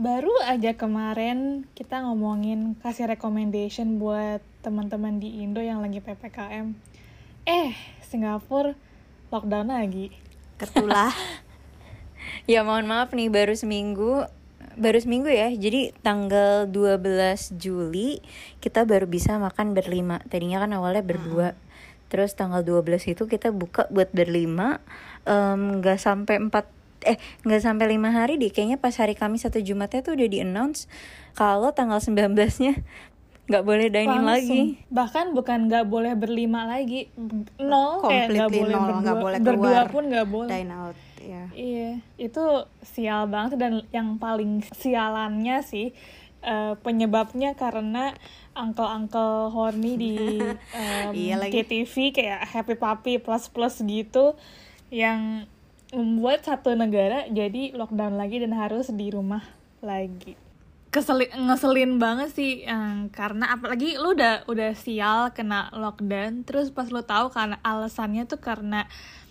Baru aja kemarin kita ngomongin kasih recommendation buat teman-teman di Indo yang lagi PPKM. Singapura lockdown lagi. Ketulah. Ya mohon maaf nih, baru seminggu ya. Jadi tanggal 12 Juli kita baru bisa makan berlima. Tadinya kan awalnya berdua. Terus tanggal 12 itu kita buka buat berlima. Nggak sampai 5 hari deh. Kayaknya pas hari Kamis atau Jumatnya tuh udah di-announce kalau tanggal 19-nya nggak boleh dine-in lagi. Bahkan bukan nggak boleh berlima lagi, nol, kayak nggak boleh keluar, berdua pun nggak boleh. Dine out, ya. Iya, itu sial banget. Dan yang paling sialannya sih penyebabnya karena uncle horny di KTV kayak Happy Puppy plus gitu yang membuat satu negara jadi lockdown lagi dan harus di rumah lagi. Ngeselin banget sih, karena apalagi lu udah sial kena lockdown, terus pas lu tahu karena alasannya tuh karena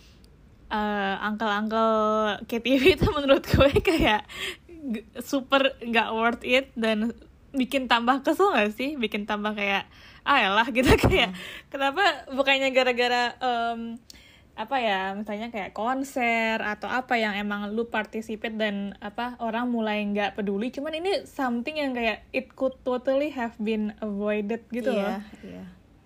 uncle KTV itu menurut gue kayak super nggak worth it dan bikin tambah kesel nggak sih, bikin tambah kayak elah gitu kayak kenapa bukannya gara-gara misalnya kayak konser atau apa yang emang lu participate dan orang mulai nggak peduli, cuman ini something yang kayak it could totally have been avoided gitu loh. Iya.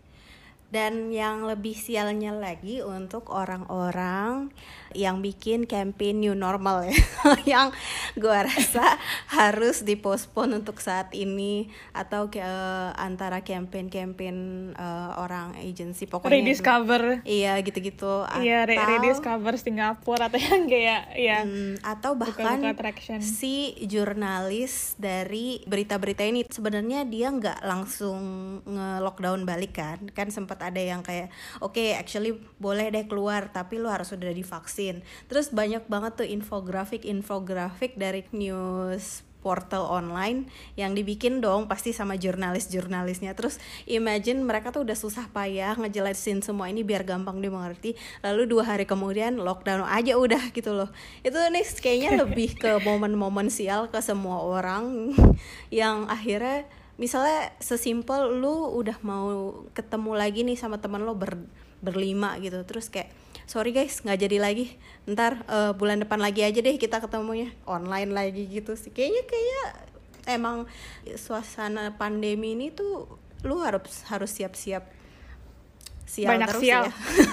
Dan yang lebih sialnya lagi untuk orang-orang yang bikin campaign new normal ya, yang gue rasa harus dipospon untuk saat ini, atau antara campaign orang agency pokoknya Rediscover. Iya gitu-gitu. Iya, Rediscover Singapura atau yang kayak atau bahkan si jurnalis dari berita-berita ini sebenarnya dia nggak langsung nge-lockdown balik kan sempat ada yang kayak actually boleh deh keluar tapi lu harus udah divaksin. Terus banyak banget tuh infografik dari news portal online yang dibikin dong pasti sama jurnalisnya. Terus imagine mereka tuh udah susah payah ngejelasin semua ini biar gampang dimengerti, lalu 2 hari kemudian lockdown aja udah gitu loh. Itu nih kayaknya lebih ke momen-momen sial ke semua orang yang akhirnya misalnya sesimpel lu udah mau ketemu lagi nih sama teman lo berlima gitu, terus kayak sorry guys nggak jadi lagi, ntar bulan depan lagi aja deh kita ketemunya online lagi gitu sih. Kayaknya emang suasana pandemi ini tuh lu harus siap-siap sial banyak terus sial. Ya.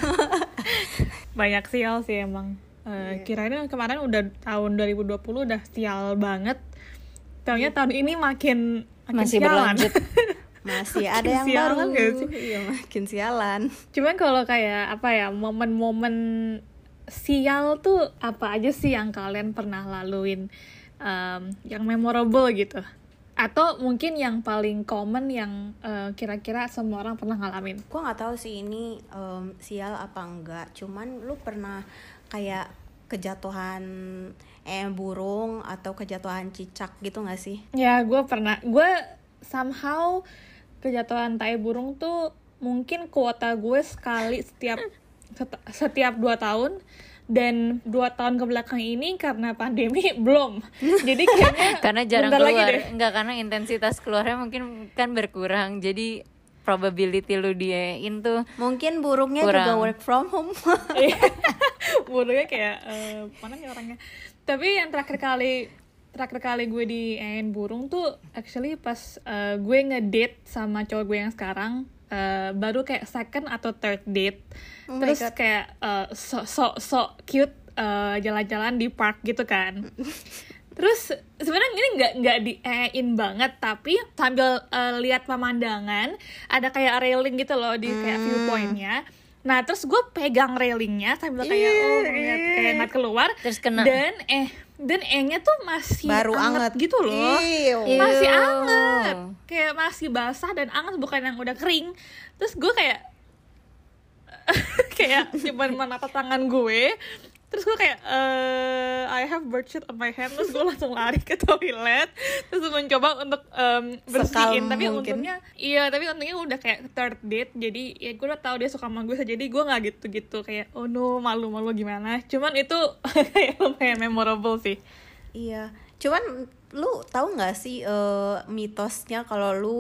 Banyak sial sih emang. Kirain kemarin udah tahun 2020 udah sial banget. Taunya tahun ini makin masih sialan. Berlanjut. Masih ada yang baru. Iya, makin sialan. Cuman kalau kayak momen-momen sial tuh apa aja sih yang kalian pernah laluin, yang memorable gitu? Atau mungkin yang paling common yang kira-kira semua orang pernah ngalamin? Gue nggak tahu sih ini sial apa enggak. Cuman lu pernah kayak kejatuhan burung atau kejatuhan cicak gitu nggak sih? Ya, gue pernah. Gue somehow kejatuhan tai burung tuh mungkin kuota gue sekali setiap 2 tahun. Dan 2 tahun kebelakang ini karena pandemi belum. Jadi kayaknya karena jarang keluar. Enggak, karena intensitas keluarnya mungkin kan berkurang. Jadi probability lu diain tuh mungkin burungnya kurang. Juga work from home. Burungnya kayak mana nih orangnya. Tapi yang terakhir kali gue diain burung tuh actually pas gue ngedate sama cowok gue yang sekarang. Baru kayak second atau third date. Terus kayak so cute jalan-jalan di park gitu kan. Terus sebenarnya ini nggak diein banget, tapi sambil lihat pemandangan ada kayak railing gitu loh di kayak viewpointnya. Nah terus gue pegang railingnya sambil kayak ngeliat keluar. Terus kena. Dan nya tuh masih baru anget gitu loh. Masih anget, kayak masih basah dan anget, bukan yang udah kering. Terus gue kayak cuman menatap tangan gue. Terus gue kayak I have birdshit on my hand. Terus gue langsung lari ke toilet. Terus mencoba untuk bersihin. Tapi untungnya udah kayak third date. Jadi ya gue udah tahu dia suka sama gue. Jadi gue gak gitu-gitu kayak oh no, malu-malu gimana. Cuman itu kayak lumayan memorable sih. Iya, cuman lu tahu nggak sih mitosnya kalau lu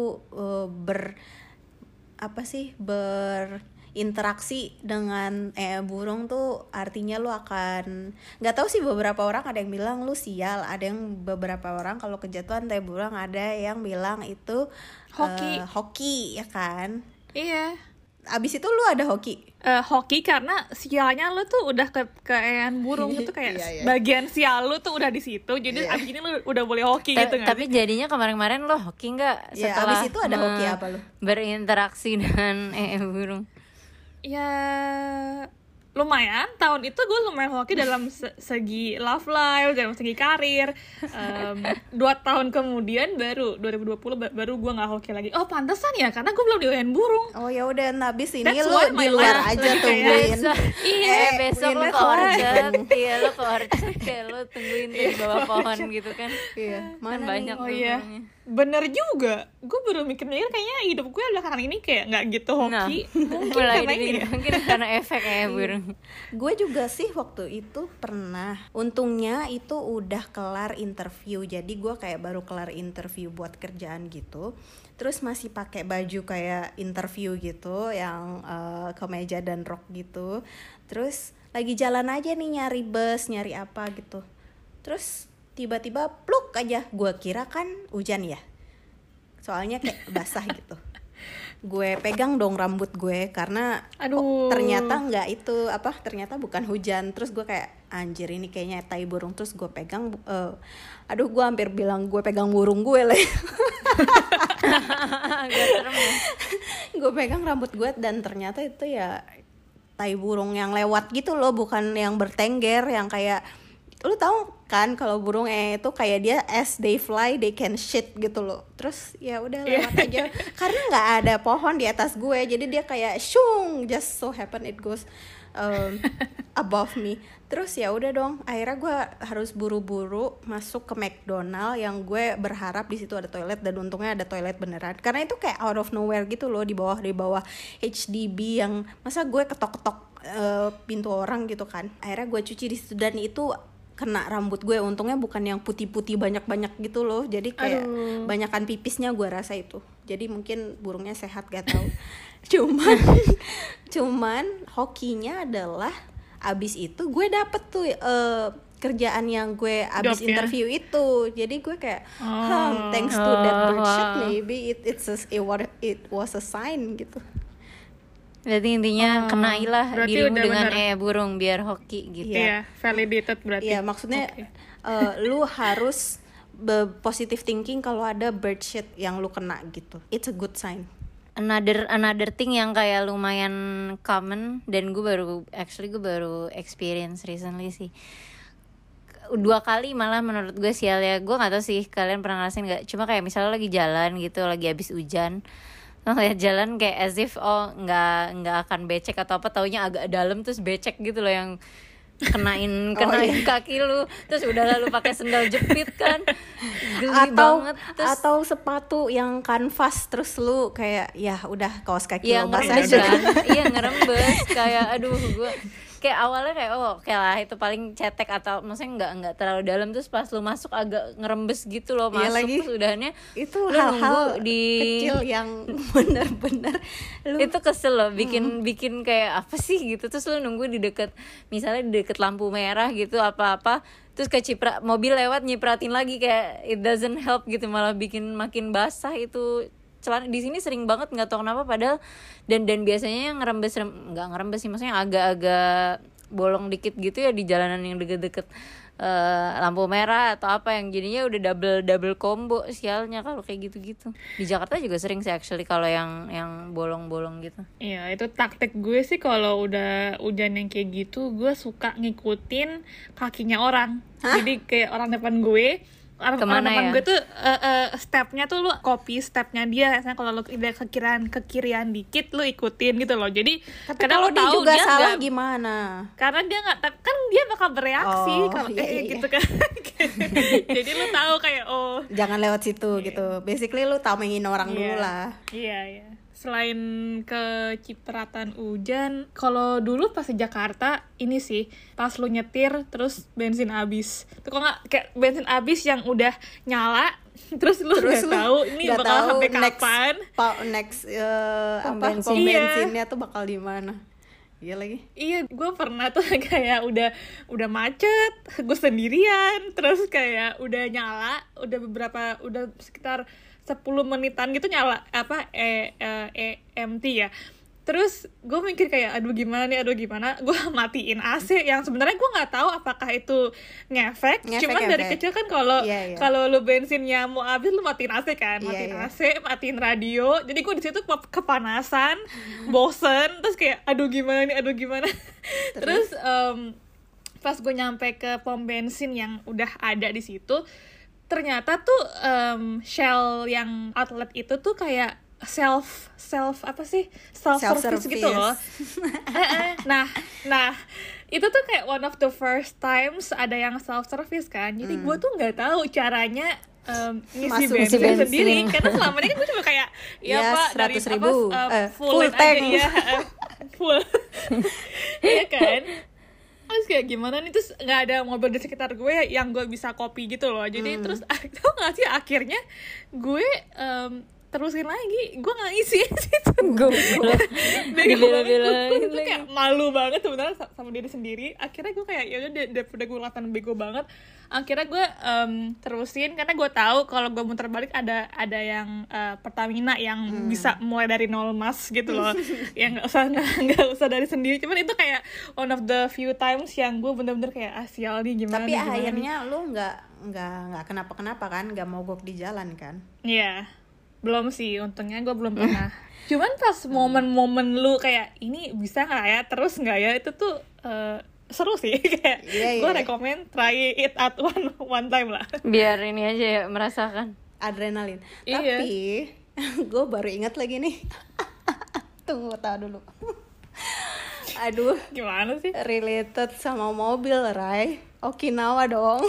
berinteraksi dengan burung tuh artinya lu akan, nggak tahu sih, beberapa orang ada yang bilang lu sial, ada yang beberapa orang kalau kejatuhan burung ada yang bilang itu hoki ya kan. Iya. Abis itu lu ada hoki? Hoki karena sialnya lu tuh udah keean burung itu kayak bagian sial lu tuh udah di situ, jadi abis ini lu udah boleh hoki gitu nggak? Tapi jadinya kemarin-kemarin lo hoki nggak setelah abis itu ada hoki apa lu? Berinteraksi dengan burung? Ya lumayan, tahun itu gue lumayan hoki dalam segi love life, dalam segi karir. 2 tahun kemudian baru 2020 baru gue nggak hoki lagi. Oh pantesan ya, karena gue belum dioyain burung. Oh ya udah, habis ini lu di luar aja tungguin. Iya besok lo ke orchard, iya lo ke orchard kayak lo tungguin di bawah pohon gitu kan. Iya. Mana kan banyak oh iya. Bener juga, gue baru mikir-mikir kayaknya hidup gue belakangan ini kayak nggak gitu hoki. Mungkin karena efek burung. Gue juga sih waktu itu pernah, untungnya itu udah kelar interview, jadi gue kayak baru kelar interview buat kerjaan gitu, terus masih pakai baju kayak interview gitu yang kemeja dan rok gitu, terus lagi jalan aja nih nyari bus, nyari apa gitu, terus tiba-tiba pluk aja, gue kira kan hujan ya, soalnya kayak basah gitu. Gue pegang dong rambut gue karena ternyata nggak itu ternyata bukan hujan. Terus gue kayak anjir ini kayaknya tai burung. Terus gue pegang gue hampir bilang gue pegang burung gue lah. Gue pegang rambut gue dan ternyata itu ya tai burung yang lewat gitu loh, bukan yang bertengger, yang kayak lu tahu kan kalau burung itu kayak dia as they fly they can shit gitu loh. Terus ya udah lewat aja karena nggak ada pohon di atas gue, jadi dia kayak shung, just so happen it goes above me. Terus ya udah dong, akhirnya gue harus buru-buru masuk ke McDonald yang gue berharap di situ ada toilet, dan untungnya ada toilet beneran karena itu kayak out of nowhere gitu loh, di bawah HDB yang masa gue ketok-ketok pintu orang gitu kan. Akhirnya gue cuci di situ dan itu kena rambut gue, untungnya bukan yang putih-putih banyak-banyak gitu loh, jadi kayak banyakan pipisnya gue rasa itu, jadi mungkin burungnya sehat gak tahu. cuman hokinya adalah abis itu gue dapet tuh kerjaan yang gue abis interview itu, jadi gue kayak thanks to that bird shit maybe it was a sign gitu. Berarti intinya kenailah dirimu dengan burung biar hoki gitu. Iya, validated berarti. Iya, maksudnya lu harus positive thinking kalau ada bird shit yang lu kena gitu. It's a good sign. Another thing yang kayak lumayan common dan gue baru experience recently sih. 2 kali malah menurut gue sial ya. Gue nggak tahu sih kalian pernah ngerasain nggak? Cuma kayak misalnya lagi jalan gitu, lagi habis hujan. Lo ngeliat jalan kayak as if nggak akan becek atau apa, taunya agak dalam terus becek gitu loh, yang kenain kaki lu, terus udah lalu pakai sendal jepit kan, geli banget. Terus, atau sepatu yang kanvas terus lu kayak ya udah kaos kaki lo basah aja kan. Iya ngerembes kayak aduh gue kayak awalnya kayak oke lah itu paling cetek atau maksudnya nggak terlalu dalam, terus pas lu masuk agak ngerembes gitu loh, masuk lagi, terus udahnya itu hal-hal kecil yang bener-bener itu kesel loh, bikin kayak apa sih gitu. Terus lu nunggu misalnya di deket lampu merah gitu apa-apa, terus kayak mobil lewat nyipratin lagi, kayak it doesn't help gitu, malah bikin makin basah itu celana. Di sini sering banget nggak tahu kenapa, padahal dan biasanya yang nggak ngerembes sih, maksudnya agak bolong dikit gitu ya di jalanan yang deket-deket lampu merah atau apa, yang jadinya udah double combo sialnya kalau kayak gitu-gitu. Di Jakarta juga sering sih actually kalau yang bolong-bolong gitu. Iya, itu taktik gue sih kalau udah hujan yang kayak gitu, gue suka ngikutin kakinya orang. Jadi kayak orang depan gue, orang depan gue tuh stepnya tuh lu copy stepnya dia. Misalnya kalau lu udah ke kirian dikit lu ikutin gitu loh. Jadi kalau dia juga dia salah gimana? Karena dia nggak, kan dia bakal bereaksi kalau gitu kan. Jadi lu tahu kayak oh jangan lewat situ gitu. Basically lu tamengin orang dulu lah. Iya. Selain kecipratan hujan, kalau dulu pas di Jakarta ini sih pas lu nyetir terus bensin habis. Tuh kok nggak kayak bensin habis yang udah nyala terus lu nggak tahu ini bakal sampai kapan. Next pom bensinnya tuh bakal di mana? Iya lagi. Iya, gue pernah tuh kayak udah macet, gue sendirian, terus kayak udah nyala, udah sekitar 10 menitan gitu nyala empty ya. Terus gue mikir kayak aduh gimana, gue matiin AC yang sebenarnya gue nggak tahu apakah itu ngefek cuman dari kecil kan kalau lu bensinnya mau habis lu matiin AC kan, AC, matiin radio, jadi gue di situ kepanasan, bosen, terus kayak aduh gimana. Terus pas gue nyampe ke pom bensin yang udah ada di situ, ternyata tuh Shell yang outlet itu tuh kayak self service gitu loh. Nah itu tuh kayak one of the first times ada yang self service kan, jadi gue tuh nggak tahu caranya ngisi bensin sendiri karena selama ini kan gue cuma kayak pak dari full tank aja, full ya kan. Terus kayak gimana nih, terus nggak ada mobil di sekitar gue yang gue bisa copy gitu loh, jadi terus tau nggak sih akhirnya gue terusin lagi, gue nggak ngisi situ. Gue tuh kayak malu banget sebenarnya sama diri sendiri. Akhirnya gue kayak ya udah daripada gue kelihatan bego banget, akhirnya gue terusin karena gue tahu kalau gue muter balik ada yang Pertamina yang bisa mulai dari 0 mas gitu loh. Yang nggak usah dari sendiri. Cuman itu kayak one of the few times yang gue bener-bener kayak sial nih gimana. Tapi akhirnya lu nggak kenapa-kenapa kan, nggak mogok di jalan kan? Iya. Belum sih, untungnya gue belum pernah. Cuman pas momen-momen lu kayak ini bisa nggak ya, terus nggak ya, itu tuh seru sih. Kayak gue rekomen try it at one time lah. Biar ini aja ya, merasakan adrenalin. Tapi gue baru ingat lagi nih. Tunggu dulu. Aduh, gimana sih? Related sama mobil, Rai. Okinawa dong.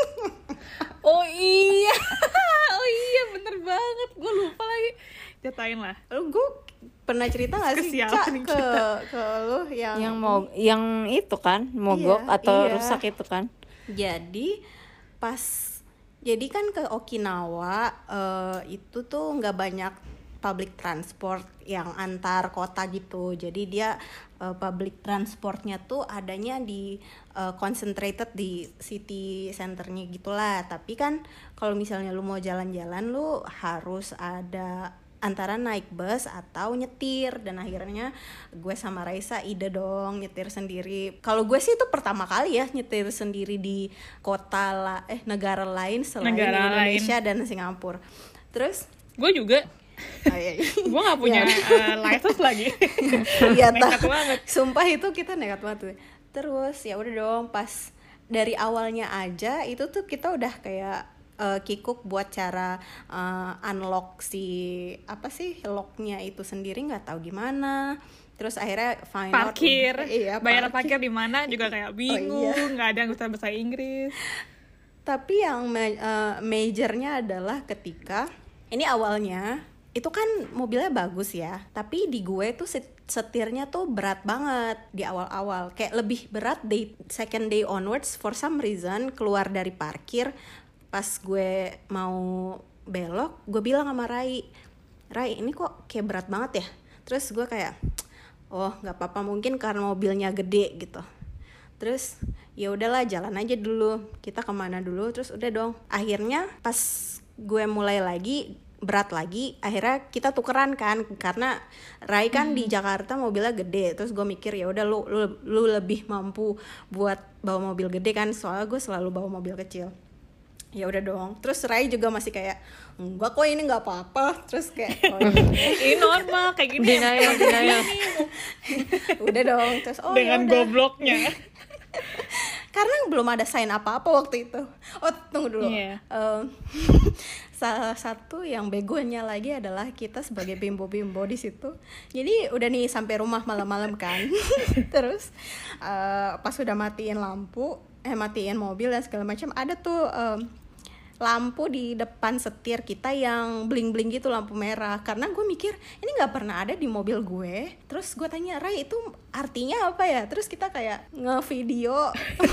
Oh iya bener banget, gue lupa lagi. Jatain lah. Gue pernah cerita nggak sih ke lu yang itu kan mogok atau rusak itu kan? Jadi kan ke Okinawa itu tuh nggak banyak public transport yang antar kota gitu, jadi dia public transportnya tuh adanya di concentrated di city centernya gitulah. Tapi kan kalau misalnya lu mau jalan-jalan lu harus ada antara naik bus atau nyetir, dan akhirnya gue sama Raisa ide dong nyetir sendiri. Kalau gue sih itu pertama kali ya nyetir sendiri di negara lain selain Indonesia dan Singapura. Terus gue juga gue nggak punya license lagi. Nekat banget. Sumpah itu kita nekat banget. Terus ya udah dong, pas dari awalnya aja itu tuh kita udah kayak kikuk buat cara unlock locknya itu sendiri, nggak tahu gimana. Terus akhirnya bayar parkir di mana juga kayak bingung, nggak ada yang bisa bahasa Inggris. Tapi yang majornya adalah ketika ini awalnya itu kan mobilnya bagus ya, tapi di gue tuh setirnya tuh berat banget di awal-awal, kayak lebih berat second day onwards. For some reason keluar dari parkir pas gue mau belok, gue bilang sama Rai ini kok kayak berat banget ya. Terus gue kayak oh nggak apa-apa, mungkin karena mobilnya gede gitu. Terus ya udahlah jalan aja dulu, kita kemana dulu. Terus udah dong, akhirnya pas gue mulai lagi berat lagi, akhirnya kita tukeran kan, karena Rai kan di Jakarta mobilnya gede. Terus gue mikir ya udah lu lebih mampu buat bawa mobil gede kan, soalnya gue selalu bawa mobil kecil. Ya udah dong. Terus Rai juga masih kayak enggak kok, ini nggak apa-apa. Terus kayak ini normal kayak gini. Denial. Udah dong. Terus dengan gobloknya. Karena belum ada sign apa-apa waktu itu. Oh tunggu dulu. Salah satu yang begonya lagi adalah kita sebagai bimbo-bimbo di situ. Jadi udah nih sampai rumah malam-malam kan. Terus pas udah matiin lampu, matiin mobil dan segala macam. Ada tuh lampu di depan setir kita yang bling-bling gitu, lampu merah. Karena gue mikir ini nggak pernah ada di mobil gue. Terus gue tanya, Ray itu artinya apa ya? Terus kita kayak ngevideo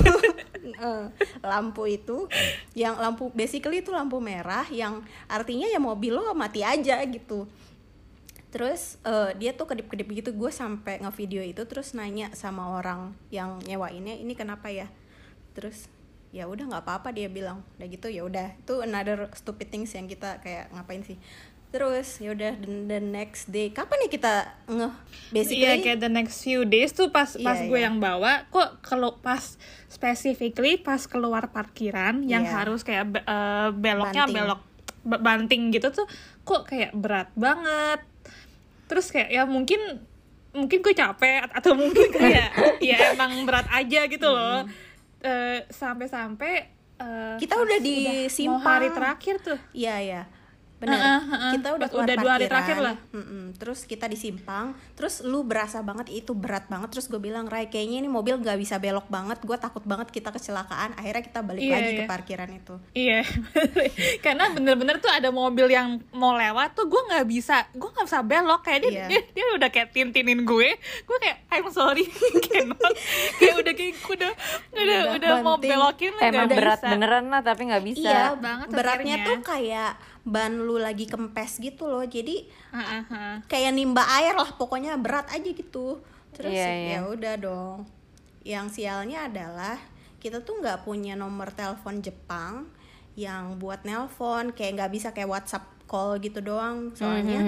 lampu itu, yang lampu basically itu lampu merah yang artinya ya mobil lo mati aja gitu. Terus dia tuh kedip-kedip gitu. Gue sampai ngevideo itu, terus nanya sama orang yang nyewainnya, ini kenapa ya? Terus ya udah nggak apa-apa, dia bilang. Udah gitu ya udah, itu another stupid things yang kita kayak ngapain sih. Terus ya udah, the next day, kapan ya kita basically kayak the next few days tuh pas gue yang bawa, kok kalau pas specifically pas keluar parkiran yang harus kayak beloknya belok banting gitu tuh, kok kayak berat banget. Terus kayak ya mungkin gue capek atau mungkin kayak ya emang berat aja gitu loh. Sampai kita udah di simpang mau hari terakhir tuh. Iya benar. Kita udah keluar 2 hari terakhir lah. Terus kita di simpang, terus lu berasa banget itu berat banget. Terus gue bilang, Ray kayaknya ini mobil gak bisa belok banget, gue takut banget kita kecelakaan. Akhirnya kita balik lagi ke parkiran itu. Iya karena bener-bener tuh ada mobil yang mau lewat tuh, gue nggak bisa belok. Kayak dia udah kayak tintinin gue kayak I'm sorry kayak udah mau belokin emang berat bisa. Beneran lah tapi nggak bisa. Iya banget. Beratnya tuh kayak ban lu lagi kempes gitu loh, jadi kayak nimba air lah, pokoknya berat aja gitu. Terus ya udah dong. Yang sialnya adalah kita tuh nggak punya nomor telepon Jepang yang buat nelpon, kayak nggak bisa kayak WhatsApp call gitu doang. Soalnya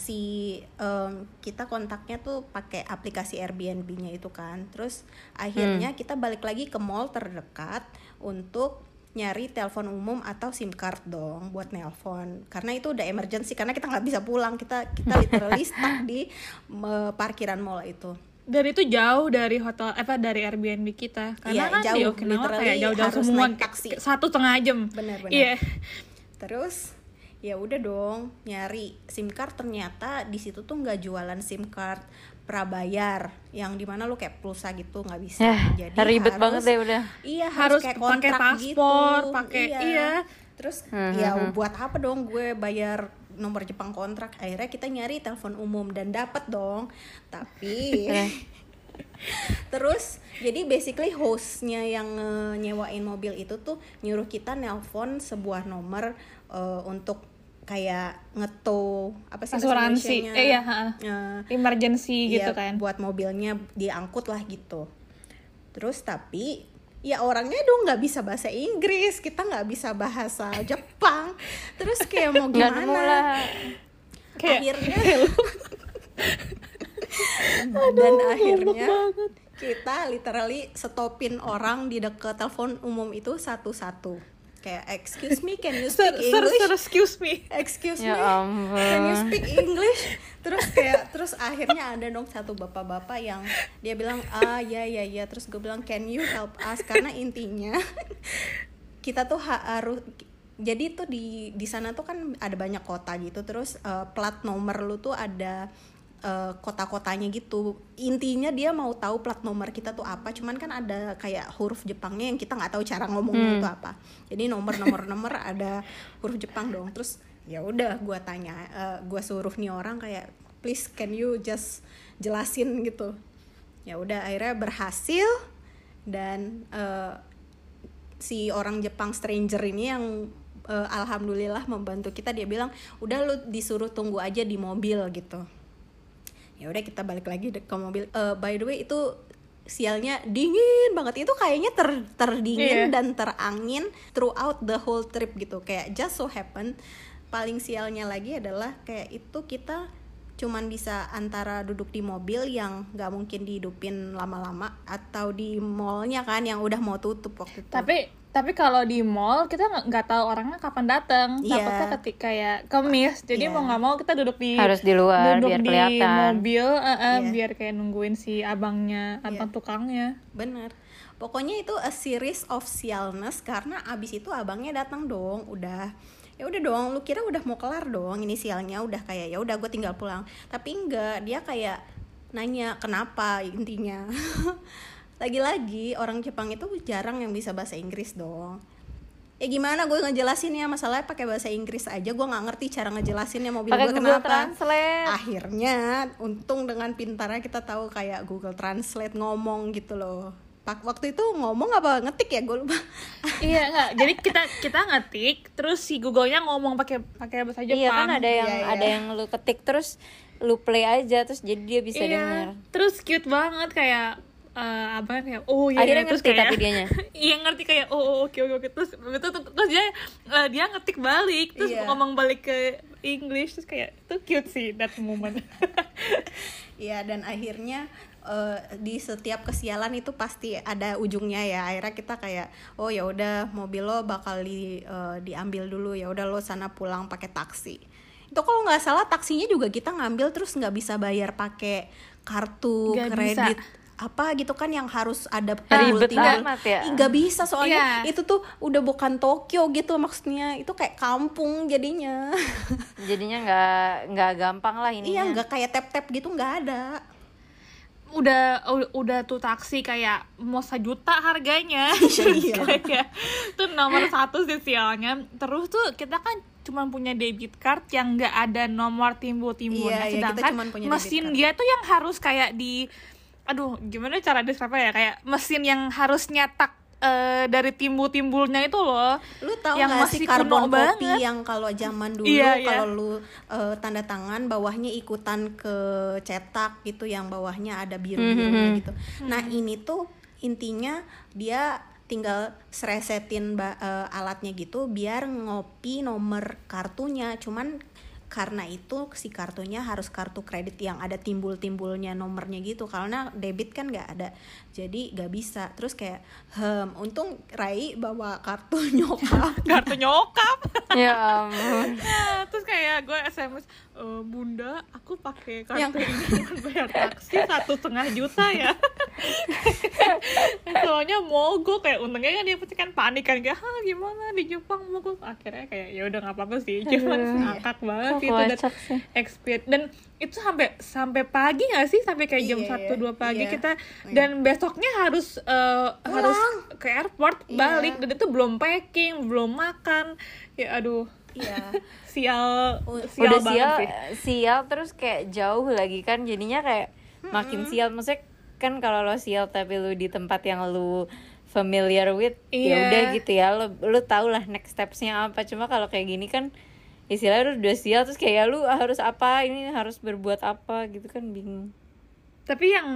kita kontaknya tuh pakai aplikasi Airbnb-nya itu kan. Terus akhirnya kita balik lagi ke mall terdekat untuk nyari telepon umum atau SIM card dong buat nelpon, karena itu udah emergency, karena kita nggak bisa pulang, kita literally stuck di parkiran mall itu. Dan itu jauh dari hotel dari Airbnb kita, karena kan jauh, di Okinawa kayak jauh-jauh semua, 1,5 jam. Bener. Terus ya udah dong nyari SIM card, ternyata di situ tuh nggak jualan SIM card prabayar yang dimana lu kayak pulsa gitu, nggak bisa. Jadi ribet banget deh udah. Iya, harus kayak kontrak pakai paspor, gitu. pakai Terus ya buat apa dong gue bayar nomor Jepang kontrak. Akhirnya kita nyari telepon umum dan dapat dong. Tapi terus jadi basically hostnya yang nyewain mobil itu tuh nyuruh kita nelpon sebuah nomor untuk kayak ngetow apa sih asuransi, emergency gitu kan, buat mobilnya diangkut lah gitu. Terus tapi ya orangnya dong nggak bisa bahasa Inggris, kita nggak bisa bahasa Jepang. Terus kayak mau gimana? Akhirnya dan akhirnya kita literally stopin orang di deket telepon umum itu satu-satu. Kayak excuse me, can you speak English? Excuse me, can you speak English? Terus akhirnya ada dong satu bapak-bapak yang dia bilang ya. Terus gue bilang can you help us, karena intinya kita tuh harus, jadi tuh di sana tuh kan ada banyak kota gitu. Terus plat nomor lu tuh ada kota-kotanya gitu. Intinya dia mau tahu plat nomor kita tuh apa, cuman kan ada kayak huruf Jepangnya yang kita nggak tahu cara ngomongnya itu apa. Jadi nomor ada huruf Jepang dong. Terus ya udah gue tanya, gue suruh nih orang kayak please can you just jelasin gitu. Ya udah akhirnya berhasil, dan si orang Jepang stranger ini yang alhamdulillah membantu kita, dia bilang udah lu disuruh tunggu aja di mobil gitu. Ya udah kita balik lagi ke mobil. By the way itu sialnya dingin banget, itu kayaknya terdingin dan terangin throughout the whole trip gitu. Kayak just so happen paling sialnya lagi adalah kayak itu kita cuman bisa antara duduk di mobil yang nggak mungkin dihidupin lama-lama, atau di mallnya kan yang udah mau tutup waktu itu. Tapi kalau di mall kita nggak tahu orangnya kapan datang, takutnya ketika kayak kemis, jadi mau nggak mau kita harus di luar biar kelihatan, di mobil biar kayak nungguin si abang tukangnya. Bener, pokoknya itu a series of sialness, karena abis itu abangnya datang dong, ya udah dong, lu kira udah mau kelar dong ini sialnya, udah kayak ya udah gue tinggal pulang, tapi enggak, dia kayak nanya kenapa intinya. lagi-lagi orang Jepang itu jarang yang bisa bahasa Inggris dong. Ya gimana gue ngejelasinnya, masalahnya pakai bahasa Inggris aja gue nggak ngerti cara ngejelasinnya mobil Pakai gue Google kenapa. Translate. Akhirnya untung dengan pintarnya kita tahu kayak Google Translate ngomong gitu loh. Waktu itu ngomong apa ngetik ya, gue lupa. Iya enggak, jadi kita ngetik terus si Google-nya ngomong pakai bahasa Jepang. Iya kan ada yang Iya. ada yang lu ketik terus lu play aja terus jadi dia bisa Iya, dengar. terus cute banget kayak apa kayak oh iya, Akhirnya terus ngerti kayak tapi dianya. iya ngerti kayak oke terus terus dia ngetik balik terus Iya. ngomong balik ke English terus kayak itu cute sih that moment. Iya, dan akhirnya di setiap kesialan itu pasti ada ujungnya ya. Akhirnya kita kayak oh ya udah mobil lo bakal diambil dulu, ya udah lo sana pulang pakai taksi. Itu kalau nggak salah taksinya juga kita ngambil terus nggak bisa bayar pakai kartu Nggak kredit bisa. apa gitu kan yang harus ada Ribet tinggal. amat ya. Nggak bisa soalnya Iya. itu tuh udah bukan Tokyo gitu, maksudnya itu kayak kampung jadinya. Jadinya nggak gampang lah ininya. Iya, nggak kayak tap-tap gitu, nggak ada. udah tuh taksi kayak mau 1 juta harganya. Iya. Kayak tuh nomor 1 sih sialnya. Terus tuh kita kan cuma punya debit card yang nggak ada nomor timbul-timbulnya. Iya, kita Sedangkan cuman punya mesin debit card. dia tuh yang harus kayak aduh gimana cara describe ya, kayak mesin yang harus nyetak dari timbul-timbulnya itu loh. Lu tahu yang nggak masih sih karbon kuno kopi banget. yang kalau zaman dulu Iya, kalau lu tanda tangan bawahnya ikutan ke cetak gitu, yang bawahnya ada biru-birunya gitu. Nah ini tuh intinya dia tinggal resetin alatnya gitu biar ngopi nomor kartunya, cuman karena itu si kartunya harus kartu kredit yang ada timbul-timbulnya nomornya gitu, karena debit kan nggak ada, jadi nggak bisa. Terus kayak untung Rai bawa kartu nyokap. Kartu nyokap. Ya ampun. Nah, terus kayak gue SMS, bunda aku pakai kartu ini buat bayar taksi 1,5 juta ya. Soalnya mogok, kayak untungnya kan dia pasti kan panik kan, kayak gimana di Jepang mogok. Akhirnya kayak ya udah nggak apa-apa sih, cuman ngakak banget Kok itu dan kocak sih. experience. Dan itu sampai pagi nggak sih, sampai kayak jam Iya, 1-2 pagi iya. kita, dan besoknya harus ke airport balik, dan itu belum packing, belum makan, ya aduh. Iya. sial Udah banget sih. sial terus kayak jauh lagi kan jadinya kayak makin sial. Maksudnya kan kalau lo sial tapi lu di tempat yang lu familiar with, ya Iya. udah gitu ya, lu tau lah next stepsnya apa. Cuma kalau kayak gini kan istilahnya lu udah sial terus kayak lu harus apa, ini harus berbuat apa gitu kan, bingung. Tapi yang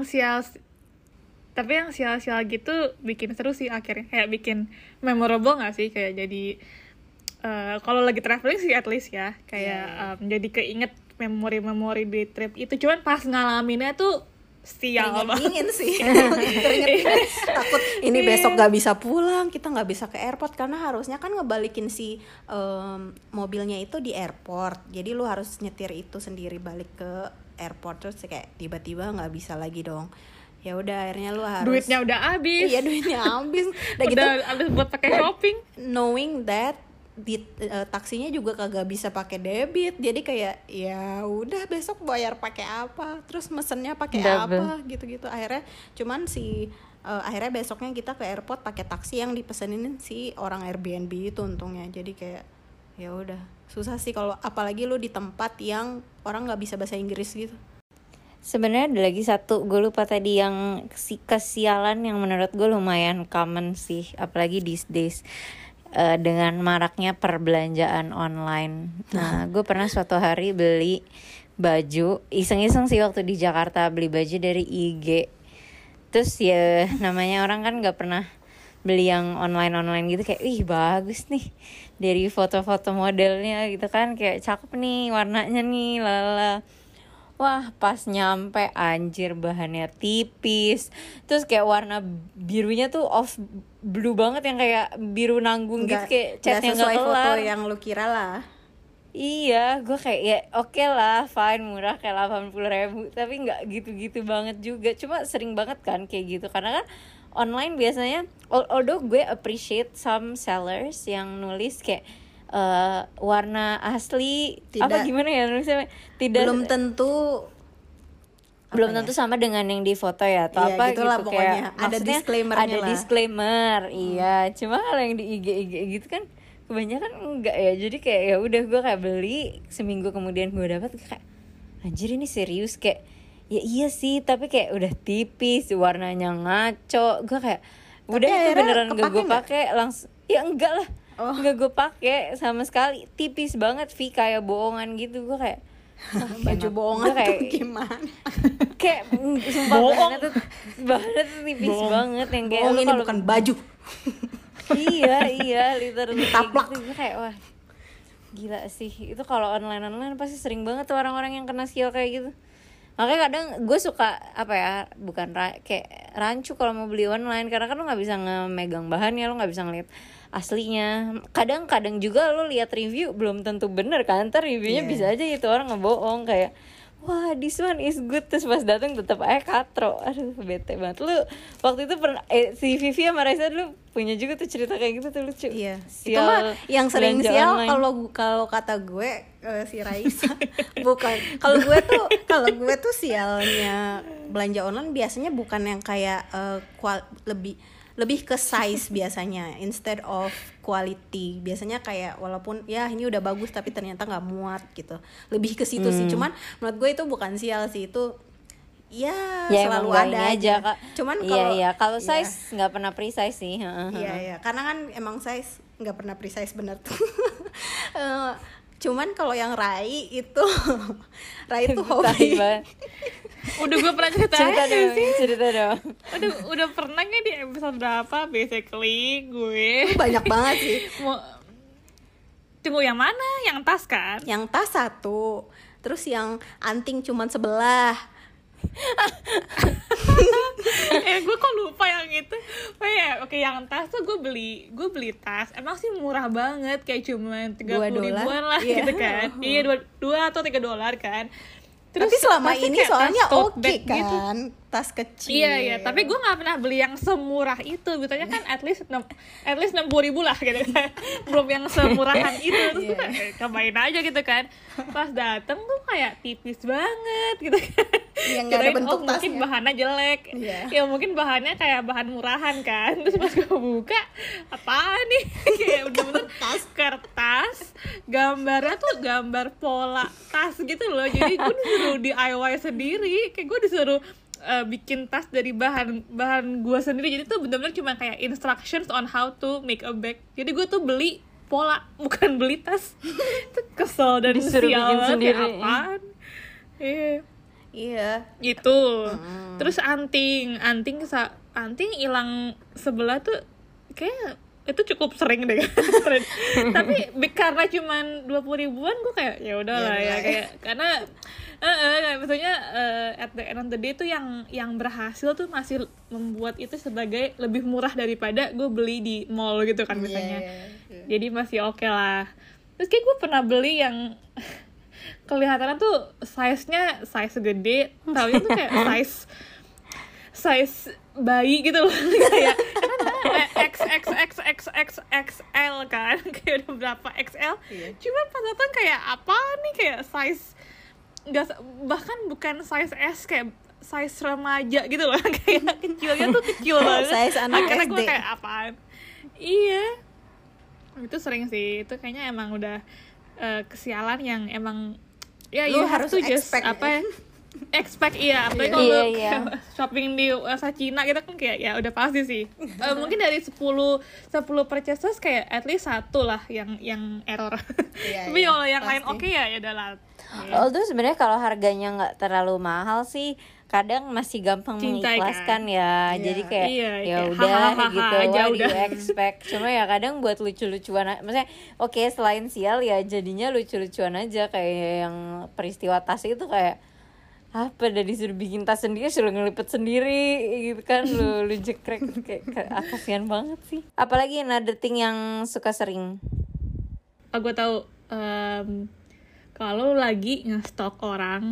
sial gitu bikin seru sih akhirnya, kayak bikin memorable nggak sih, kayak jadi kalau lagi traveling sih at least ya kayak jadi keinget memori-memori di trip itu. Cuman pas ngalaminnya tuh sial banget. Dingin sih. Keringet-dingin. Takut ini besok gak bisa pulang, kita gak bisa ke airport karena harusnya kan ngebalikin si mobilnya itu di airport. Jadi lu harus nyetir itu sendiri balik ke airport, terus kayak tiba-tiba nggak bisa lagi dong. Ya udah akhirnya lu harus Duitnya udah habis. Iya, duitnya habis. Udah gitu habis buat pakai shopping. knowing that taksinya juga kagak bisa pakai debit, jadi kayak ya udah besok bayar pakai apa, terus mesennya pakai apa gitu-gitu. Akhirnya cuman akhirnya besoknya kita ke airport pakai taksi yang dipesenin si orang Airbnb itu untungnya. Jadi kayak ya udah susah sih kalau apalagi lu di tempat yang orang nggak bisa bahasa Inggris gitu. Sebenarnya ada lagi satu, gue lupa tadi, yang kesialan yang menurut gue lumayan common sih, apalagi these days. Dengan maraknya perbelanjaan online. Nah, gue pernah suatu hari beli baju, iseng-iseng sih waktu di Jakarta, beli baju dari IG. Terus ya namanya orang kan gak pernah beli yang online gitu, kayak ih bagus nih dari foto-foto modelnya gitu kan, kayak cakep nih warnanya nih lala. Wah pas nyampe anjir bahannya tipis, terus kayak warna birunya tuh off blue banget, yang kayak biru nanggung gitu, kayak catnya nggak sesuai kelar. foto yang lu kira lah. Iya, gue kayak ya oke lah, fine, murah kayak 80.000, tapi nggak gitu-gitu banget juga. Cuma sering banget kan kayak gitu, karena kan online biasanya, although gue appreciate some sellers yang nulis kayak warna asli Tidak. apa gimana ya nulisnya, tidak Belum tentu belum tentu sama dengan yang di foto ya atau Iya, apa gitulah gitu pokoknya. kayak Ada maksudnya disclaimer-nya ada lah. disclaimer. Iya, cuma kalau yang di IG gitu kan kebanyakan enggak ya, jadi kayak ya udah gue kayak beli, seminggu kemudian gue dapat kayak anjir ini serius, kayak ya iya sih tapi kayak udah tipis, warnanya ngaco, gue kayak udah itu beneran gak gue pakai langsung. Ya enggak lah, nggak gue pakai sama sekali, tipis banget Vi, kayak bohongan gitu. Gue kayak baju bohongan kayak gimana? Kayak sumpah bahannya tuh tipis banget yang kayak bohong ini bukan baju. iya literally taplak gitu. Gue kayak wah gila sih, itu kalau online pasti sering banget tuh orang-orang yang kena sial kayak gitu. Makanya kadang gue suka apa ya, bukan kayak rancu kalau mau beli online, karena kan lo nggak bisa ngemegang bahannya, lo nggak bisa ngeliat aslinya. Kadang juga lo lihat review belum tentu bener kan, ntar reviewnya bisa aja itu orang ngebohong kayak wah this one is good, terus pas datang tetap aja katro. Aduh bete banget. Lu waktu itu pernah si Vivi sama Raisa dulu punya juga tuh cerita kayak gitu tuh, lucu. Iya. Itu mah yang sering sial kalau kata gue si Raisa. Bukan. Kalau gue tuh sialnya belanja online biasanya bukan yang kayak lebih ke size biasanya instead of quality. Biasanya kayak walaupun ya ini udah bagus tapi ternyata nggak muat gitu, lebih ke situ sih. Cuman menurut gue itu bukan sial sih, itu ya selalu ada aja. Cuman kalau size nggak pernah precise sih. Iya karena kan emang size nggak pernah precise bener tuh. Cuman kalau yang Rai itu hobi. Udah gue pernah cerita dong. Udah pernah nggak di episode berapa? Basically gue banyak banget sih. Tunggu yang mana? Yang tas kan? Yang tas 1, terus yang anting cuman sebelah. Gue kok lupa yang itu. Oke, yang tas tuh gue beli tas. Emang sih murah banget, kayak cuma 30 ribuan lah gitu kan. Iya, $2 atau $3 kan. Terus, tapi selama ini soalnya oke kan gitu. Tas kecil. Iya, tapi gue nggak pernah beli yang semurah itu. Biasanya kan at least 60 ribu lah gitu kan. Belum yang semurahan itu. Terus gue kayak cobain aja gitu kan. Pas dateng tuh kayak tipis banget gitu kan. Yang nggak ada bentuk tasnya. Mungkin bahannya jelek. Ya mungkin bahannya kayak bahan murahan kan. Terus pas gue buka, apaan nih? Kayak bener-bener kertas. Gambarnya tuh gambar pola tas gitu loh. Jadi gue disuruh DIY sendiri. Kayak gue disuruh bikin tas dari bahan gue sendiri. Jadi tuh benar-benar cuma kayak instructions on how to make a bag. Jadi gue tuh beli pola, bukan beli tas. Itu kesel dan sial banget, apaan. Iya itu. Terus anting hilang sebelah tuh kayak itu cukup sering deh. Tapi karena cuman 20 ribuan gue kayak ya udahlah ya kayak karena maksudnya at the end of the day tuh yang berhasil tuh masih membuat itu sebagai lebih murah daripada gue beli di mall gitu kan misalnya. Jadi masih oke lah. Terus kayak gue pernah beli yang kelihatannya tuh size-nya size gede, taunya tuh kayak size bayi gitu loh. Kayak XXL kan, kayak udah berapa XL. Cuma pas datang kayak apa nih, kayak size nggak, bahkan bukan size S, kayak size remaja gitu loh. Kayak kecilnya tuh kecil banget. Size anak Akhirnya SD. gue kayak apaan. Iya, itu sering sih. Itu kayaknya emang udah kesialan yang emang ya lu you have harus to just expect apalagi kalau shopping di Cina gitu kan kayak ya udah pasti sih. Mungkin dari 10 purchases kayak at least 1 lah yang error. Tapi kalau yang lain oke ya udahlah. Although sebenarnya kalau harganya nggak terlalu mahal sih kadang masih gampang mengikhlaskan kan? Ya jadi kayak ya udah gitu aja udah expect. Cuma ya kadang buat lucu-lucuan, maksudnya oke, selain sial ya jadinya lucu-lucuan aja, kayak yang peristiwa tas itu kayak apa, udah disuruh bikin tas sendiri, suruh ngelipet sendiri gitu kan, lu jekrek kayak kasihan banget sih. Apalagi another thing yang suka sering. Gue tahu kalau lagi nge-stalk orang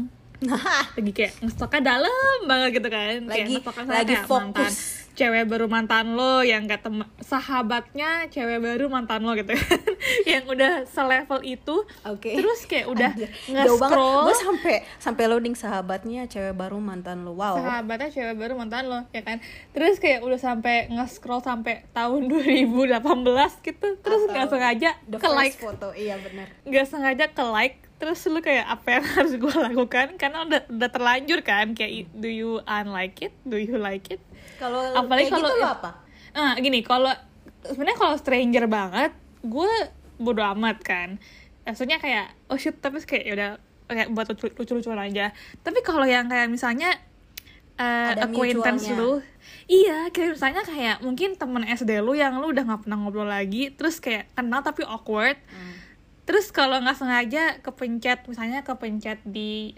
lagi kayak ngestoknya dalam banget gitu kan, Lagi kayak fokus. mantan cewek baru mantan lo yang gak sahabatnya cewek baru mantan lo gitu kan. Yang udah selevel itu. Oke. Terus kayak udah Jauh banget. nge-scroll, Gue sampai loading sahabatnya cewek baru mantan lo. Wow. sahabatnya cewek baru mantan lo ya kan. Terus kayak udah sampai nge-scroll sampai tahun 2018 gitu. Terus nggak sengaja The ke first like, foto, iya benar. nggak sengaja ke like. Terus lu kayak apa yang harus gue lakukan, karena udah terlanjur kan, kayak do you unlike it, do you like it. Kalau Apalagi kayak kalau gitu lo apa? Nah gini, kalau sebenarnya kalau stranger banget gue bodo amat kan, maksudnya kayak oh shit, tapi kayak yaudah kayak buat lucu-lucuan aja. Tapi kalau yang kayak misalnya Ada acquaintance mutualnya. lu, iya kayak misalnya kayak mungkin temen SD lu yang lu udah nggak pernah ngobrol lagi, terus kayak kenal tapi awkward. Terus kalau nggak sengaja kepencet di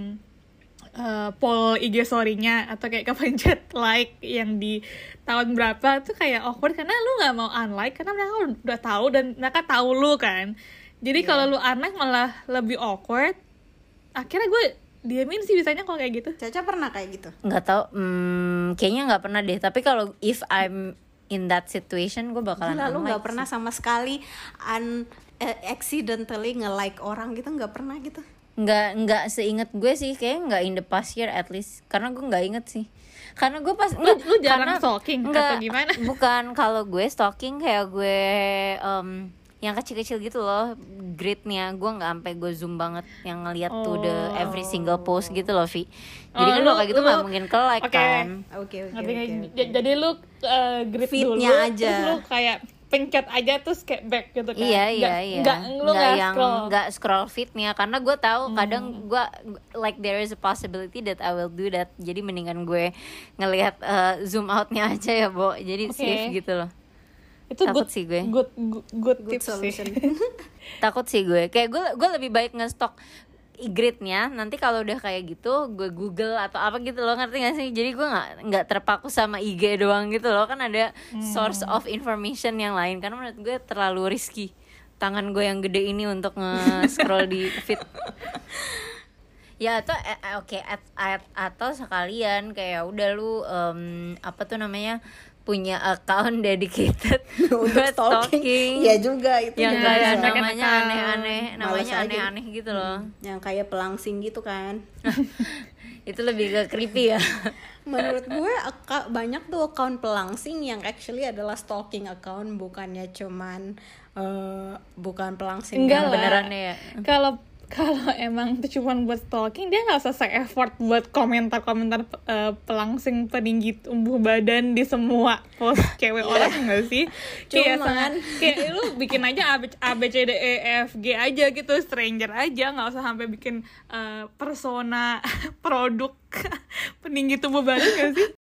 poll IG story-nya, atau kayak kepencet like yang di tahun berapa, tuh kayak awkward karena lu nggak mau unlike karena mereka udah tahu dan mereka tahu lu kan. Jadi kalau lu unlike malah lebih awkward. Akhirnya gue diamin sih biasanya kalau kayak gitu. Caca pernah kayak gitu? Nggak tahu, kayaknya nggak pernah deh. Tapi kalau if I'm in that situation, gue bakalan Gila, lu unlike nggak pernah sih. sama sekali accidentally nge-like orang gitu, nggak pernah gitu? Nggak seinget gue sih, kayak nggak in the past year at least, karena gue nggak inget sih. Karena gue pas Lu jarang karena- stalking atau gimana? Bukan, kalau gue stalking kayak gue yang kecil-kecil gitu loh, gridnya gue nggak sampai gue zoom banget yang ngeliat to the every single post gitu loh, Vi. Jadi kan kalau kayak gitu nggak mungkin ke like Oke. kan. Oke. Ngerti nggak? Jadi lu grid Feed-nya dulu, aja. terus lu kayak pencet aja terus kayak back gitu kan. Iya. Lu nggak yang scroll. nggak scroll feednya, karena gue tahu kadang gue like there is a possibility that I will do that. Jadi mendingan gue ngelihat zoom outnya aja ya, Bo. Jadi Oke. safe gitu loh. Itu Takut good sih gue. Good tips solution. sih. Takut sih gue. Kayak gue lebih baik nge-stok gridnya. Nanti kalau udah kayak gitu, gue Google atau apa gitu loh, ngerti gak sih? Jadi gue nggak terpaku sama IG doang gitu loh. Kan ada source of information yang lain. Karena menurut gue terlalu risky tangan gue yang gede ini untuk nge-scroll di feed. Ya atau atau sekalian kayak udah lu apa tuh namanya, punya account dedicated buat stalking. Iya juga itu. Yang juga kayak bisa. namanya aneh-aneh, Males aja. aneh-aneh gitu loh. Yang kayak pelangsing gitu kan. Itu lebih ke creepy ya. Menurut gue banyak tuh account pelangsing yang actually adalah stalking account, bukannya cuman bukan pelangsing Enggak yang lah. Benerannya ya. Kalau emang itu cuma buat stalking, dia nggak usah effort buat komentar-komentar pelangsing peninggi tumbuh badan di semua post cewek orang nggak sih? Cuman kayak lu bikin aja A B C D E F G aja gitu, stranger aja, nggak usah sampai bikin persona produk peninggi tubuh badan nggak sih?